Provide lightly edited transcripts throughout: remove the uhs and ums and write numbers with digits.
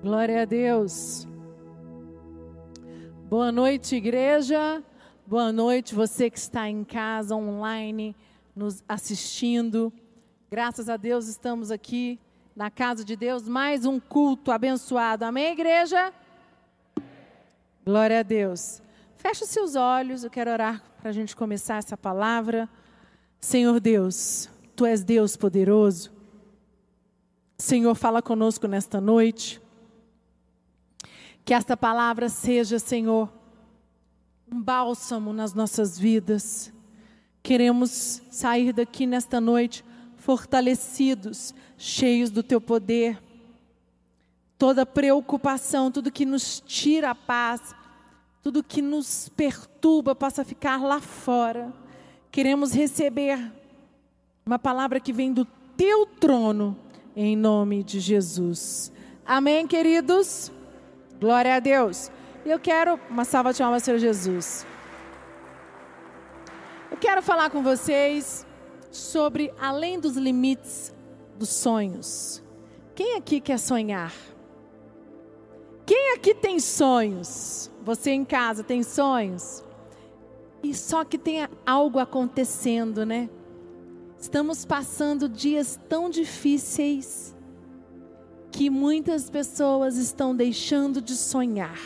Glória a Deus. Boa noite, igreja. Boa noite, você que está em casa, online, nos assistindo. Graças a Deus estamos aqui na casa de Deus. Mais um culto abençoado. Amém, igreja? Glória a Deus. Feche os seus olhos, eu quero orar para a gente começar essa palavra. Senhor Deus, Tu és Deus poderoso. Senhor, fala conosco nesta noite. Que esta palavra seja, Senhor, um bálsamo nas nossas vidas. Queremos sair daqui nesta noite fortalecidos, cheios do Teu poder. Toda preocupação, tudo que nos tira a paz, tudo que nos perturba, possa ficar lá fora. Queremos receber uma palavra que vem do Teu trono, em nome de Jesus. Amém, queridos? Glória a Deus. Eu quero uma salva de palmas, Senhor Jesus. Eu quero falar com vocês sobre além dos limites dos sonhos. Quem aqui quer sonhar? Quem aqui tem sonhos? Você em casa tem sonhos? E só que tem algo acontecendo, né? Estamos passando dias tão difíceis que muitas pessoas estão deixando de sonhar.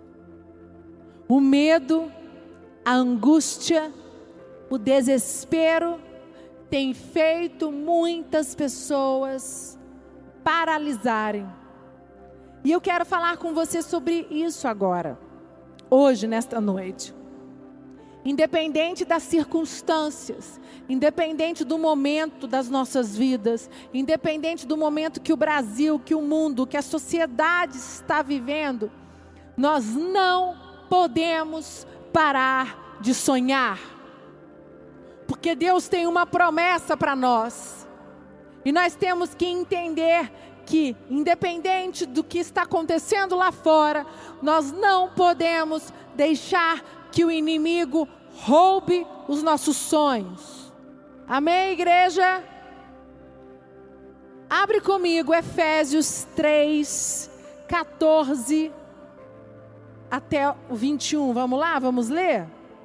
O medo, a angústia, o desespero tem feito muitas pessoas paralisarem. E eu quero falar com você sobre isso agora, hoje, nesta noite. Independente das circunstâncias, independente do momento das nossas vidas, independente do momento que o Brasil, que o mundo, que a sociedade está vivendo, nós não podemos parar de sonhar. Porque Deus tem uma promessa para nós. E nós temos que entender que, independente do que está acontecendo lá fora, nós não podemos deixar que o inimigo roube os nossos sonhos. Amém, igreja? Abre comigo Efésios 3, 14 até o 21. Vamos lá? Vamos ler?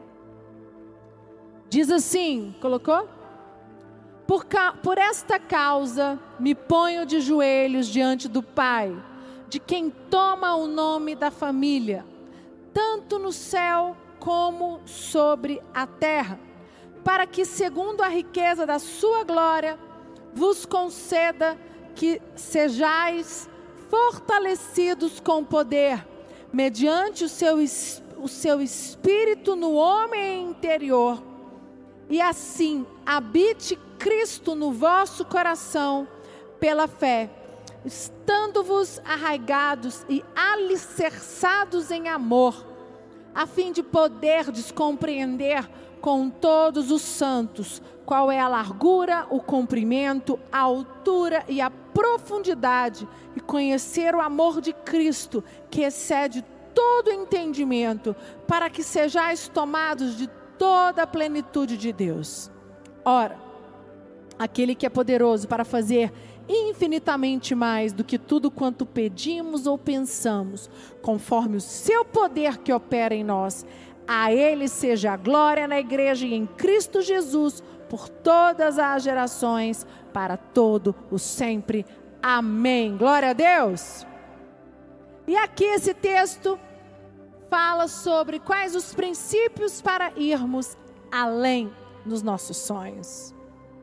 Diz assim, colocou? Por esta causa me ponho de joelhos diante do Pai, de quem toma o nome da família, tanto no céu como sobre a terra, para que, segundo a riqueza da sua glória, vos conceda que sejais fortalecidos com poder, mediante o seu Espírito no homem interior, e assim habite Cristo no vosso coração pela fé, estando-vos arraigados e alicerçados em amor, a fim de poderdes compreender com todos os santos qual é a largura, o comprimento, a altura e a profundidade, e conhecer o amor de Cristo, que excede todo entendimento, para que sejais tomados de toda a plenitude de Deus. Ora, aquele que é poderoso para fazer infinitamente mais do que tudo quanto pedimos ou pensamos, conforme o seu poder que opera em nós, a Ele seja a glória na igreja e em Cristo Jesus, por todas as gerações, para todo o sempre. Amém. Glória a Deus. E aqui esse texto fala sobre quais os princípios para irmos além nos nossos sonhos.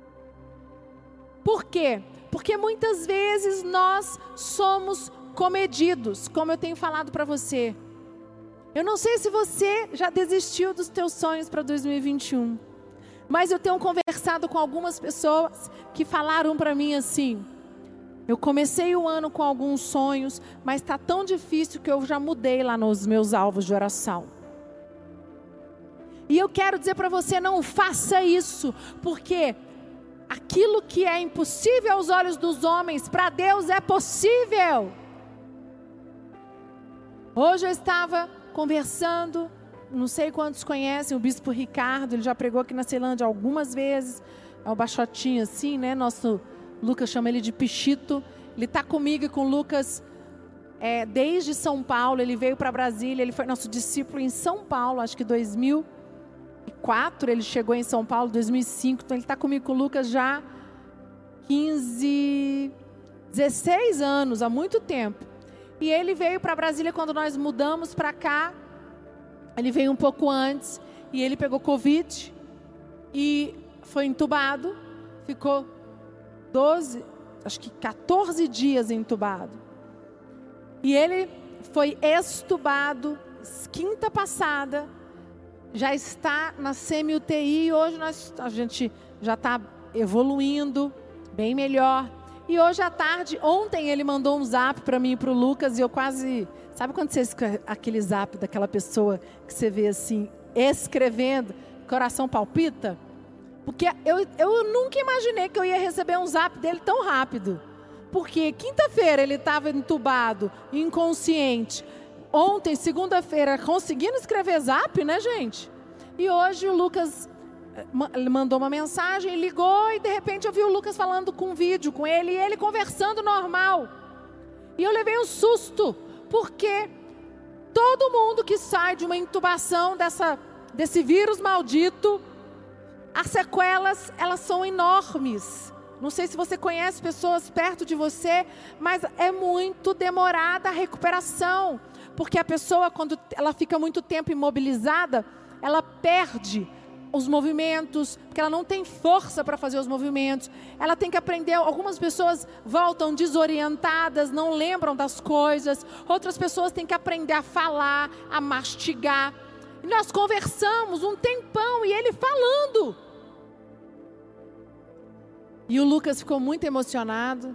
Por quê? Porque muitas vezes nós somos comedidos, como eu tenho falado para você. Eu não sei se você já desistiu dos teus sonhos para 2021, mas eu tenho conversado com algumas pessoas que falaram para mim assim: eu comecei o ano com alguns sonhos, mas está tão difícil que eu já mudei lá nos meus alvos de oração. E eu quero dizer para você, não faça isso, porque aquilo que é impossível aos olhos dos homens, para Deus é possível. Hoje eu estava conversando, não sei quantos conhecem o Bispo Ricardo, ele já pregou aqui na Ceilândia algumas vezes, é um baixotinho assim, né? Nosso Lucas chama ele de Pichito. Ele está comigo e com o Lucas desde São Paulo. Ele veio para Brasília, ele foi nosso discípulo em São Paulo, acho que 2004 ele chegou em São Paulo, 2005. Então ele está comigo com o Lucas já 16 anos, há muito tempo. E ele veio para Brasília quando nós mudamos para cá. Ele veio um pouco antes e ele pegou Covid e foi entubado. Ficou 14 dias entubado. E ele foi extubado quinta passada. Já está na semi-UTI e hoje a gente já está evoluindo, bem melhor. E hoje à tarde, ontem ele mandou um zap para mim e para o Lucas e eu quase... Sabe quando você aquele zap daquela pessoa que você vê assim, escrevendo, coração palpita? Porque eu nunca imaginei que eu ia receber um zap dele tão rápido. Porque quinta-feira ele estava entubado, inconsciente. Ontem, segunda-feira, conseguindo escrever zap, né, gente? E hoje o Lucas mandou uma mensagem, ligou e de repente eu vi o Lucas falando com um vídeo com ele e ele conversando normal. E eu levei um susto, porque todo mundo que sai de uma intubação desse vírus maldito, as sequelas, elas são enormes. Não sei se você conhece pessoas perto de você, mas é muito demorada a recuperação. Porque a pessoa, quando ela fica muito tempo imobilizada, ela perde os movimentos, porque ela não tem força para fazer os movimentos. Ela tem que aprender. Algumas pessoas voltam desorientadas, não lembram das coisas. Outras pessoas têm que aprender a falar, a mastigar. E nós conversamos um tempão e ele falando. E o Lucas ficou muito emocionado.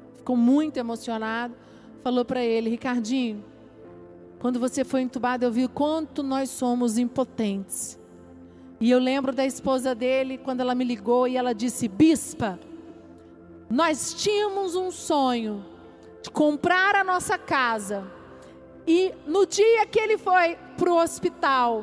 Falou para ele: Ricardinho, quando você foi entubado, eu vi o quanto nós somos impotentes. E eu lembro da esposa dele, quando ela me ligou e ela disse: Bispa, nós tínhamos um sonho de comprar a nossa casa. E no dia que ele foi para o hospital,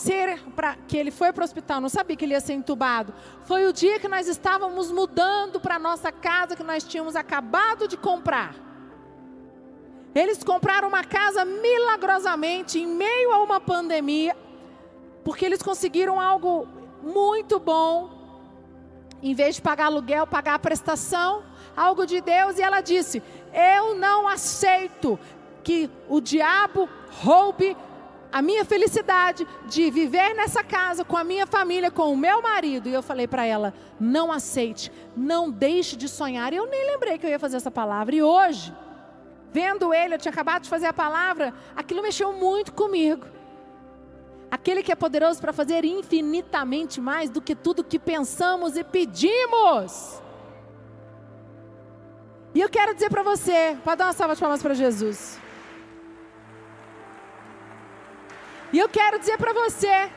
não sabia que ele ia ser entubado. Foi o dia que nós estávamos mudando para a nossa casa que nós tínhamos acabado de comprar. Eles compraram uma casa milagrosamente em meio a uma pandemia, porque eles conseguiram algo muito bom. Em vez de pagar aluguel, pagar a prestação, algo de Deus. E ela disse: eu não aceito que o diabo roube a minha felicidade de viver nessa casa com a minha família, com o meu marido. E eu falei para ela: não aceite, não deixe de sonhar. E eu nem lembrei que eu ia fazer essa palavra. E hoje, vendo ele, eu tinha acabado de fazer a palavra, aquilo mexeu muito comigo. Aquele que é poderoso para fazer infinitamente mais do que tudo que pensamos e pedimos. E eu quero dizer para você, pode dar uma salva de palmas para Jesus. E eu quero dizer para você,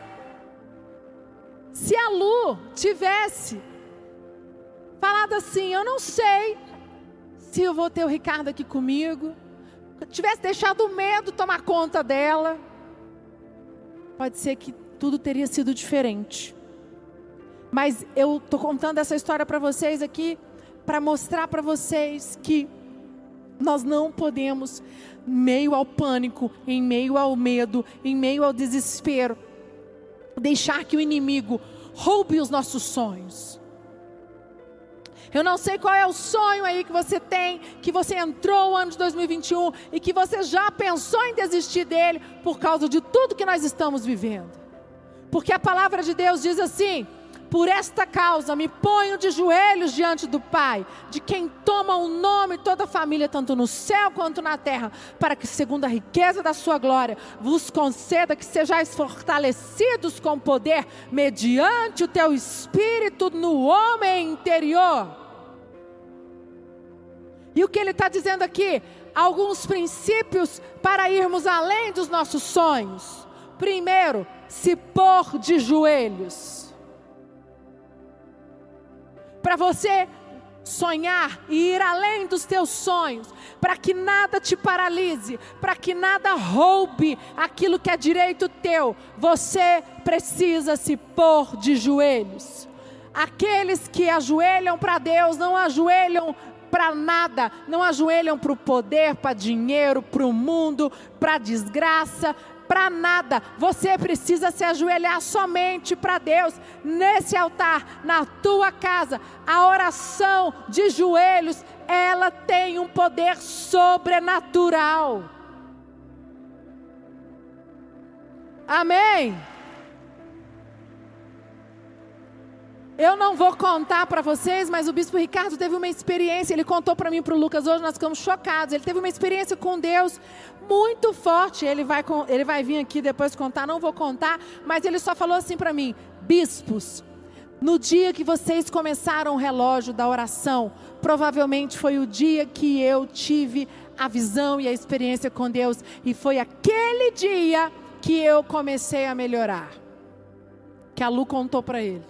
se a Lu tivesse falado assim: eu não sei se eu vou ter o Ricardo aqui comigo, tivesse deixado o medo tomar conta dela, pode ser que tudo teria sido diferente. Mas eu estou contando essa história para vocês aqui, para mostrar para vocês que nós não podemos, em meio ao pânico, em meio ao medo, em meio ao desespero, deixar que o inimigo roube os nossos sonhos. Eu não sei qual é o sonho aí que você tem, que você entrou o ano de 2021 e que você já pensou em desistir dele por causa de tudo que nós estamos vivendo. Porque a palavra de Deus diz assim: por esta causa me ponho de joelhos diante do Pai, de quem toma o nome toda a família, tanto no céu quanto na terra, para que segundo a riqueza da sua glória, vos conceda que sejais fortalecidos com poder, mediante o teu Espírito no homem interior. E o que ele está dizendo aqui? Alguns princípios para irmos além dos nossos sonhos. Primeiro, se pôr de joelhos. Para você sonhar e ir além dos teus sonhos, para que nada te paralise, para que nada roube aquilo que é direito teu, você precisa se pôr de joelhos. Aqueles que ajoelham para Deus não ajoelham para nada, não ajoelham para o poder, para dinheiro, para o mundo, para a desgraça, para nada. Você precisa se ajoelhar somente para Deus, nesse altar, na tua casa. A oração de joelhos, ela tem um poder sobrenatural. Amém? Eu não vou contar para vocês, mas o bispo Ricardo teve uma experiência, ele contou para mim e para o Lucas hoje, nós ficamos chocados. Ele teve uma experiência com Deus muito forte. Ele vai vir aqui depois contar, não vou contar, mas ele só falou assim para mim: bispos, no dia que vocês começaram o relógio da oração, provavelmente foi o dia que eu tive a visão e a experiência com Deus, e foi aquele dia que eu comecei a melhorar, que a Lu contou para ele.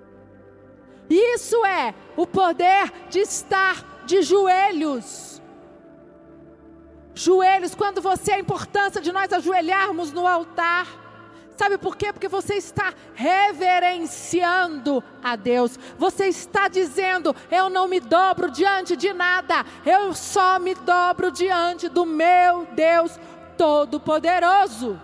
Isso é o poder de estar de joelhos. Joelhos, quando você, a importância de nós ajoelharmos no altar. Sabe por quê? Porque você está reverenciando a Deus. Você está dizendo: eu não me dobro diante de nada, eu só me dobro diante do meu Deus Todo-Poderoso.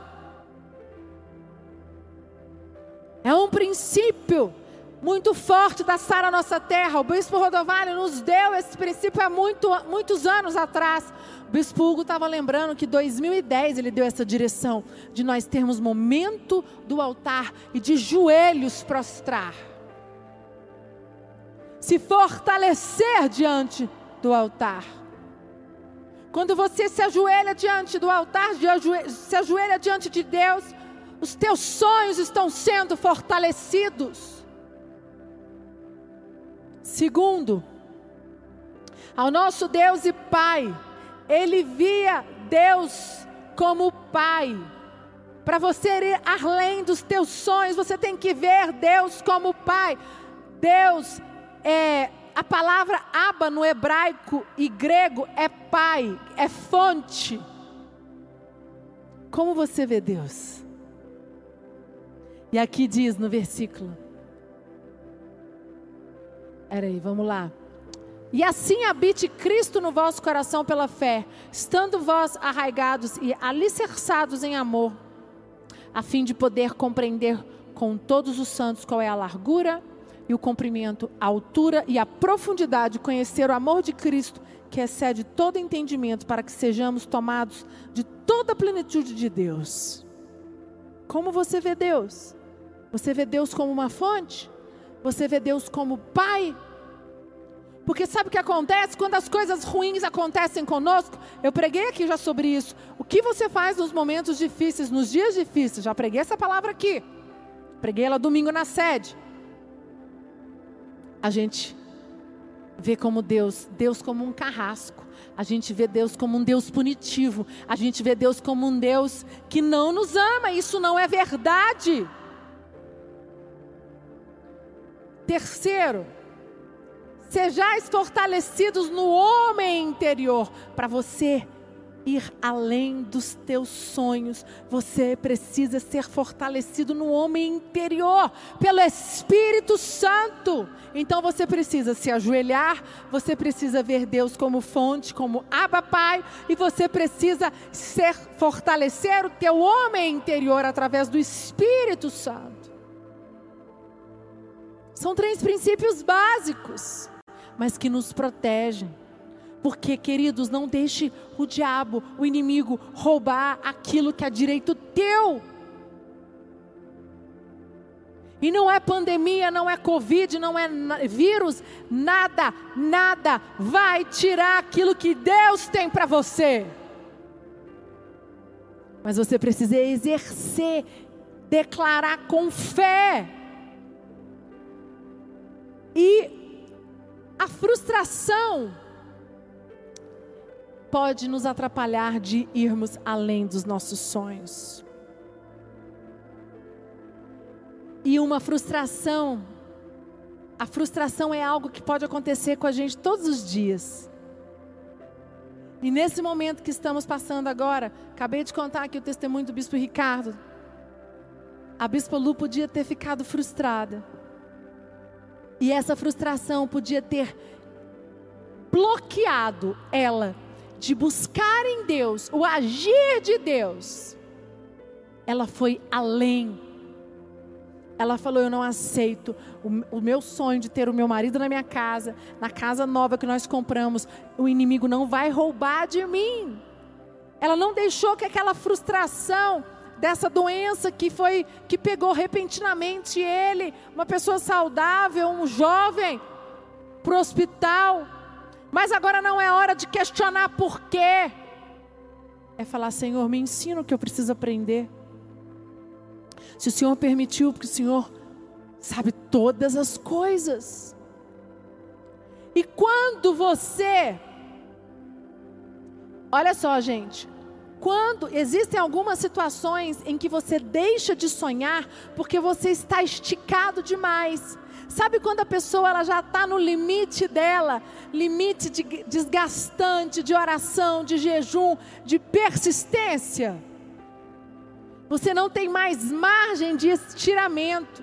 É um princípio muito forte da Sara Nossa Terra. O bispo Rodovalho nos deu esse princípio há muitos anos atrás. O bispo Hugo estava lembrando que em 2010 ele deu essa direção de nós termos momento do altar e de joelhos prostrar, se fortalecer diante do altar. Quando você se ajoelha diante do altar, se ajoelha diante de Deus, os teus sonhos estão sendo fortalecidos. Segundo, ao nosso Deus e Pai, Ele via Deus como Pai. Para você ir além dos teus sonhos, você tem que ver Deus como Pai. Deus a palavra Abba no hebraico e grego é Pai, é fonte. Como você vê Deus? E aqui diz no versículo, vamos lá. E assim habite Cristo no vosso coração pela fé, estando vós arraigados e alicerçados em amor, a fim de poder compreender com todos os santos qual é a largura e o comprimento, a altura e a profundidade, conhecer o amor de Cristo, que excede todo entendimento, para que sejamos tomados de toda a plenitude de Deus. Como você vê Deus? Você vê Deus como uma fonte? Você vê Deus como Pai? Porque sabe o que acontece? Quando as coisas ruins acontecem conosco, eu preguei aqui já sobre isso. O que você faz nos momentos difíceis, nos dias difíceis? Já preguei essa palavra aqui. Preguei ela domingo na sede. A gente vê como Deus como um carrasco. A gente vê Deus como um Deus punitivo. A gente vê Deus como um Deus que não nos ama. Isso não é verdade. Terceiro, sejais fortalecidos no homem interior. Para você ir além dos teus sonhos, você precisa ser fortalecido no homem interior, pelo Espírito Santo. Então você precisa se ajoelhar, você precisa ver Deus como fonte, como Abba Pai, e você precisa fortalecer o teu homem interior através do Espírito Santo. São 3 princípios básicos, mas que nos protegem. Porque, queridos, não deixe o diabo, o inimigo, roubar aquilo que é direito teu. E não é pandemia, não é Covid, não é vírus, nada vai tirar aquilo que Deus tem para você. Mas você precisa exercer, declarar com fé. E a frustração pode nos atrapalhar de irmos além dos nossos sonhos. E a frustração é algo que pode acontecer com a gente todos os dias. E nesse momento que estamos passando agora, acabei de contar aqui o testemunho do bispo Ricardo. A bispa Lu podia ter ficado frustrada. E essa frustração podia ter bloqueado ela de buscar em Deus, o agir de Deus, ela foi além. Ela falou: eu não aceito o meu sonho de ter o meu marido na minha casa, na casa nova que nós compramos, o inimigo não vai roubar de mim. Ela não deixou que aquela frustração dessa doença que pegou repentinamente ele, uma pessoa saudável, um jovem, para o hospital. Mas agora não é hora de questionar por quê. É falar: Senhor, me ensina o que eu preciso aprender. Se o Senhor permitiu, porque o Senhor sabe todas as coisas. E quando você... Olha só, gente. Quando existem algumas situações em que você deixa de sonhar porque você está esticado demais. Sabe quando a pessoa ela já está no limite dela, limite desgastante de oração, de jejum, de persistência? Você não tem mais margem de estiramento.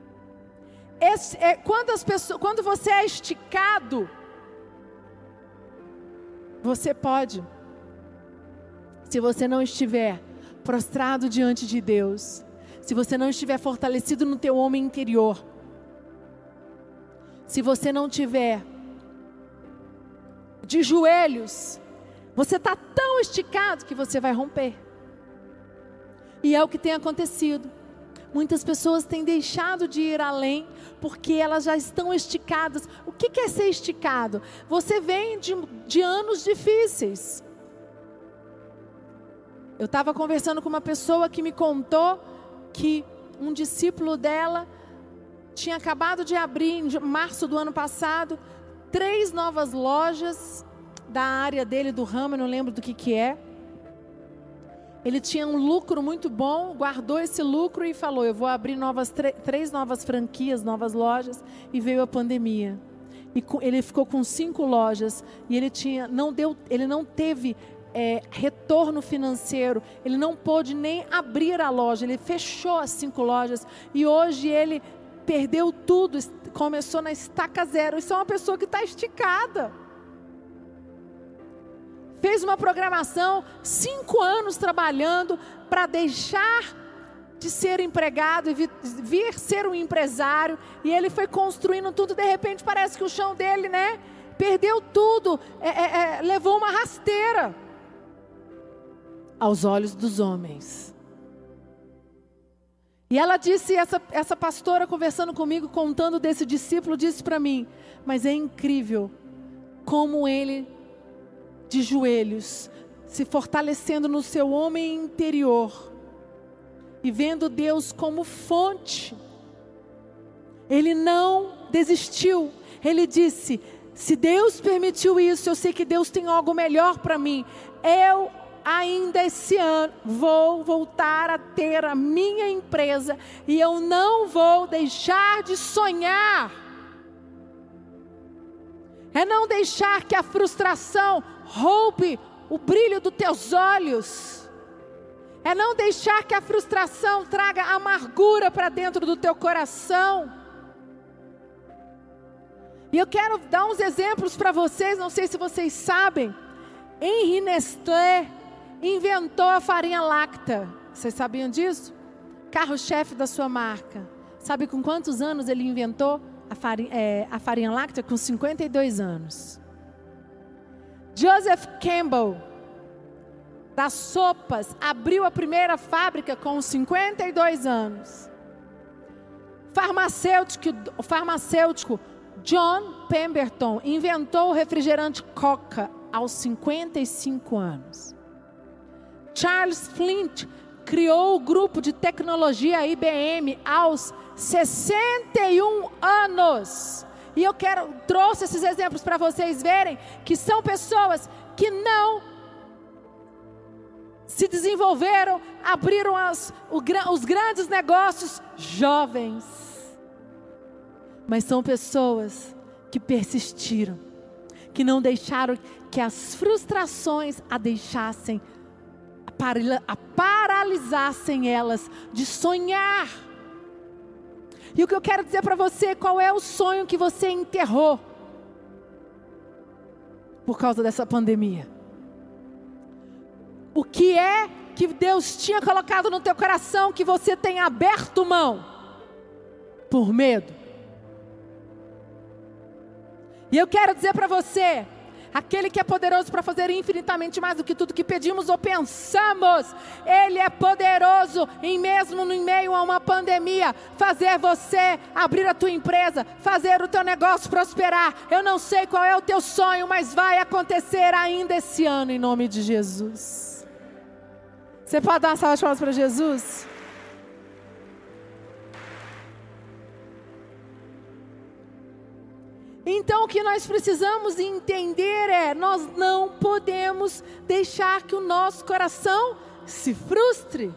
Quando você é esticado, você pode, se você não estiver prostrado diante de Deus, se você não estiver fortalecido no teu homem interior, se você não tiver de joelhos, você está tão esticado que você vai romper. E é o que tem acontecido. Muitas pessoas têm deixado de ir além, porque elas já estão esticadas. O que é ser esticado? Você vem de anos difíceis. Eu estava conversando com uma pessoa que me contou que um discípulo dela tinha acabado de abrir, em março do ano passado, 3 novas lojas da área dele, do ramo, eu não lembro do que é. Ele tinha um lucro muito bom, guardou esse lucro e falou: eu vou abrir 3 novas franquias, novas lojas. E veio a pandemia. E ele ficou com 5 lojas. E ele não teve retorno financeiro. Ele não pôde nem abrir a loja. Ele fechou as 5 lojas. E hoje ele perdeu tudo, começou na estaca zero. Isso é uma pessoa que está esticada. Fez uma programação, 5 anos trabalhando para deixar de ser empregado e vir ser um empresário. E ele foi construindo tudo, de repente parece que o chão dele, perdeu tudo, levou uma rasteira. Aos olhos dos homens. E ela disse, essa pastora conversando comigo, contando desse discípulo, disse para mim: mas é incrível como ele, de joelhos, se fortalecendo no seu homem interior e vendo Deus como fonte, ele não desistiu. Ele disse: se Deus permitiu isso, eu sei que Deus tem algo melhor para mim. Eu ainda esse ano vou voltar a ter a minha empresa e eu não vou deixar de sonhar. É não deixar que a frustração roube o brilho dos teus olhos. É não deixar que a frustração traga amargura para dentro do teu coração. E eu quero dar uns exemplos para vocês, não sei se vocês sabem. Henri Nestlé inventou a farinha láctea. Vocês sabiam disso? Carro-chefe da sua marca. Sabe com quantos anos ele inventou a farinha láctea? Com 52 anos. Joseph Campbell, das sopas, abriu a primeira fábrica com 52 anos. O farmacêutico John Pemberton inventou o refrigerante Coca aos 55 anos. Charles Flint criou o grupo de tecnologia IBM aos 61 anos. E eu trouxe esses exemplos para vocês verem que são pessoas que não se desenvolveram, abriram os grandes negócios jovens. Mas são pessoas que persistiram, que não deixaram que as frustrações paralisassem elas de sonhar. E o que eu quero dizer para você, qual é o sonho que você enterrou? por causa dessa pandemia? O que é que Deus tinha colocado no teu coração que você tem aberto mão por medo? E eu quero dizer para você, aquele que é poderoso para fazer infinitamente mais do que tudo que pedimos ou pensamos, Ele é poderoso em mesmo no meio a uma pandemia, fazer você abrir a tua empresa, fazer o teu negócio prosperar. Eu não sei qual é o teu sonho, mas vai acontecer ainda esse ano, em nome de Jesus. Você pode dar uma salva de palmas para Jesus? Então o que nós precisamos entender é, nós não podemos deixar que o nosso coração se frustre.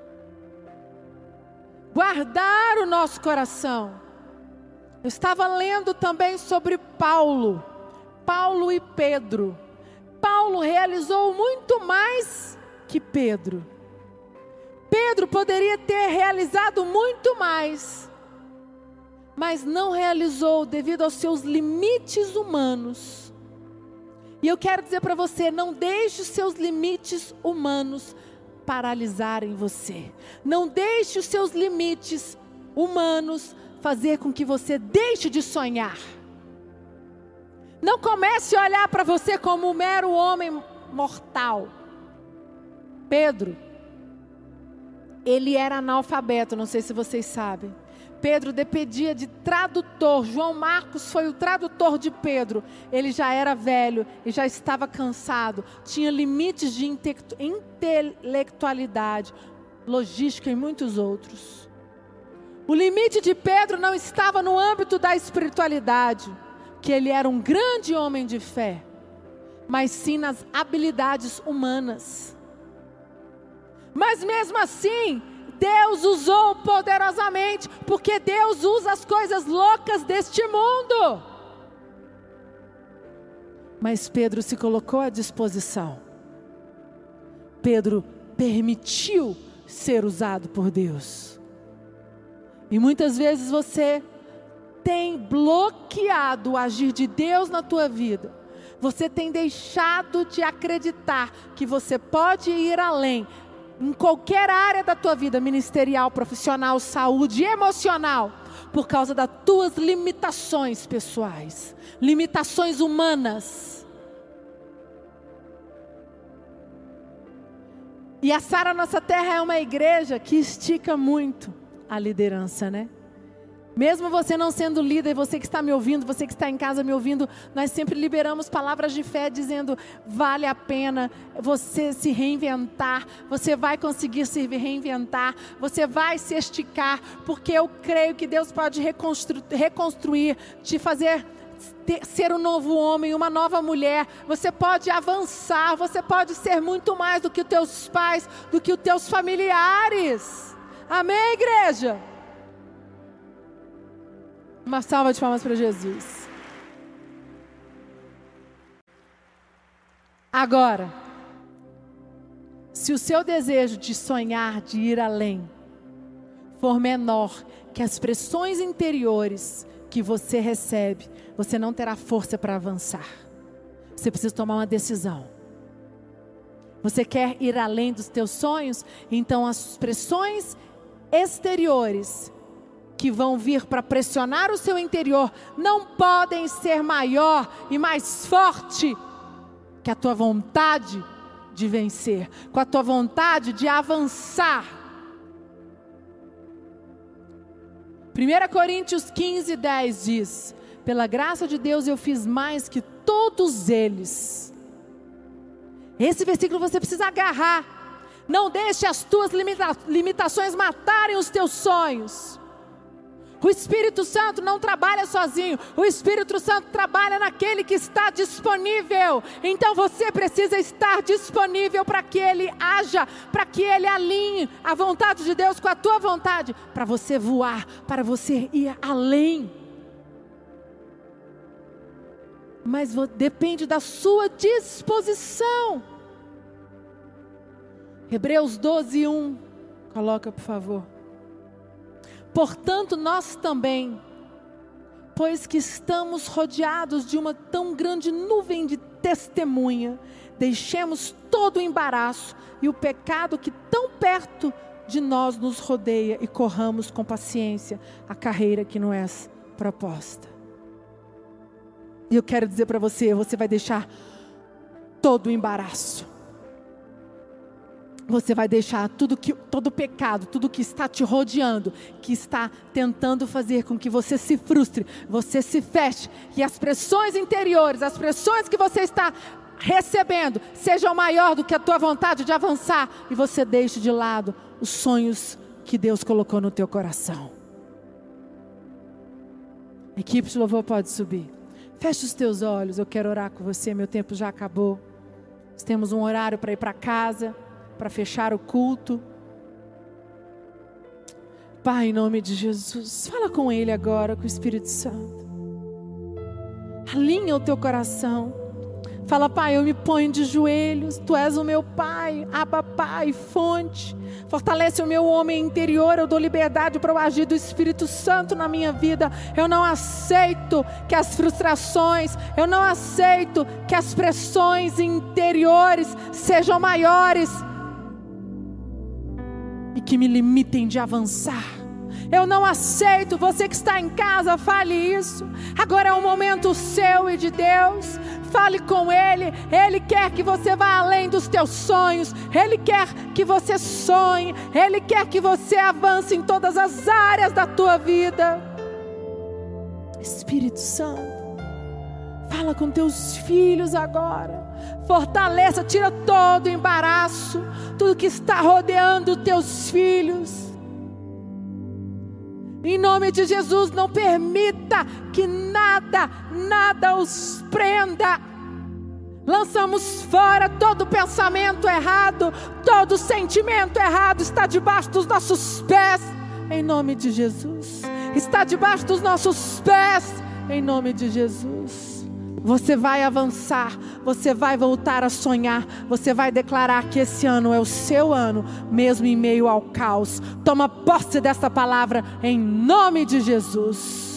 Guardar o nosso coração. Eu estava lendo também sobre Paulo e Pedro. Paulo realizou muito mais que Pedro. Pedro poderia ter realizado muito mais, mas não realizou devido aos seus limites humanos. E eu quero dizer para você, não deixe os seus limites humanos paralisarem você. Não deixe os seus limites humanos fazer com que você deixe de sonhar. Não comece a olhar para você como um mero homem mortal. Pedro, ele era analfabeto, não sei se vocês sabem. Pedro dependia de tradutor. João Marcos foi o tradutor de Pedro. Ele já era velho e já estava cansado. Tinha limites de intelectualidade, logística e muitos outros. O limite de Pedro não estava no âmbito da espiritualidade, que ele era um grande homem de fé, mas sim nas habilidades humanas. Mas mesmo assim, Deus usou poderosamente, porque Deus usa as coisas loucas deste mundo. Mas Pedro se colocou à disposição. Pedro permitiu ser usado por Deus. E muitas vezes você tem bloqueado o agir de Deus na tua vida. Você tem deixado de acreditar que você pode ir além em qualquer área da tua vida, ministerial, profissional, saúde, emocional, por causa das tuas limitações pessoais, limitações humanas. E a Sara Nossa Terra é uma igreja que estica muito a liderança, né? Mesmo você não sendo líder, você que está me ouvindo, você que está em casa me ouvindo, nós sempre liberamos palavras de fé dizendo, vale a pena você se reinventar, você vai conseguir se reinventar, você vai se esticar, porque eu creio que Deus pode reconstruir, te fazer ser um novo homem, uma nova mulher. Você pode avançar, você pode ser muito mais do que os teus pais, do que os teus familiares. Amém, igreja? Uma salva de palmas para Jesus. Agora, se o seu desejo de sonhar, de ir além, for menor que as pressões interiores que você recebe, você não terá força para avançar. Você precisa tomar uma decisão. Você quer ir além dos teus sonhos? Então as pressões exteriores que vão vir para pressionar o seu interior, não podem ser maior e mais forte que a tua vontade de vencer, com a tua vontade de avançar. 1 Coríntios 15:10 diz, pela graça de Deus eu fiz mais que todos eles. Esse versículo você precisa agarrar. Não deixe as tuas limitações matarem os teus sonhos. O Espírito Santo não trabalha sozinho. O Espírito Santo trabalha naquele que está disponível. Então você precisa estar disponível para que Ele haja, para que Ele alinhe a vontade de Deus com a tua vontade, para você voar, para você ir além. Mas depende da sua disposição. Hebreus 12:1, coloca por favor. Portanto, nós também, pois que estamos rodeados de uma tão grande nuvem de testemunha. Deixemos todo o embaraço e o pecado que tão perto de nós nos rodeia e corramos com paciência a carreira que nos é proposta. E eu quero dizer para você, você vai deixar todo o embaraço. Você vai deixar todo o pecado, tudo que está te rodeando, que está tentando fazer com que você se frustre, você se feche, e as pressões interiores, as pressões que você está recebendo, sejam maior do que a tua vontade de avançar, e você deixe de lado os sonhos que Deus colocou no teu coração. Equipe de louvor pode subir. Feche os teus olhos, eu quero orar com você, meu tempo já acabou. Nós temos um horário para ir para casa, para fechar o culto. Pai, em nome de Jesus, fala com Ele agora, com o Espírito Santo. Alinha o teu coração. Fala, Pai, eu me ponho de joelhos, Tu és o meu Pai, Abba Pai, fonte. Fortalece o meu homem interior, eu dou liberdade para o agir do Espírito Santo na minha vida. Eu não aceito que as frustrações, eu não aceito que as pressões interiores sejam maiores e que me limitem de avançar. Eu não aceito. Você que está em casa, fale isso. Agora é um momento seu e de Deus. Fale com Ele. Ele quer que você vá além dos teus sonhos. Ele quer que você sonhe. Ele quer que você avance em todas as áreas da tua vida. Espírito Santo, fala com teus filhos agora. Fortaleça, tira todo o embaraço, tudo que está rodeando teus filhos. Em nome de Jesus, não permita que nada os prenda. Lançamos fora todo pensamento errado, todo sentimento errado está debaixo dos nossos pés, em nome de Jesus. Está debaixo dos nossos pés, em nome de Jesus. Você vai avançar, você vai voltar a sonhar, você vai declarar que esse ano é o seu ano, mesmo em meio ao caos. Toma posse dessa palavra em nome de Jesus.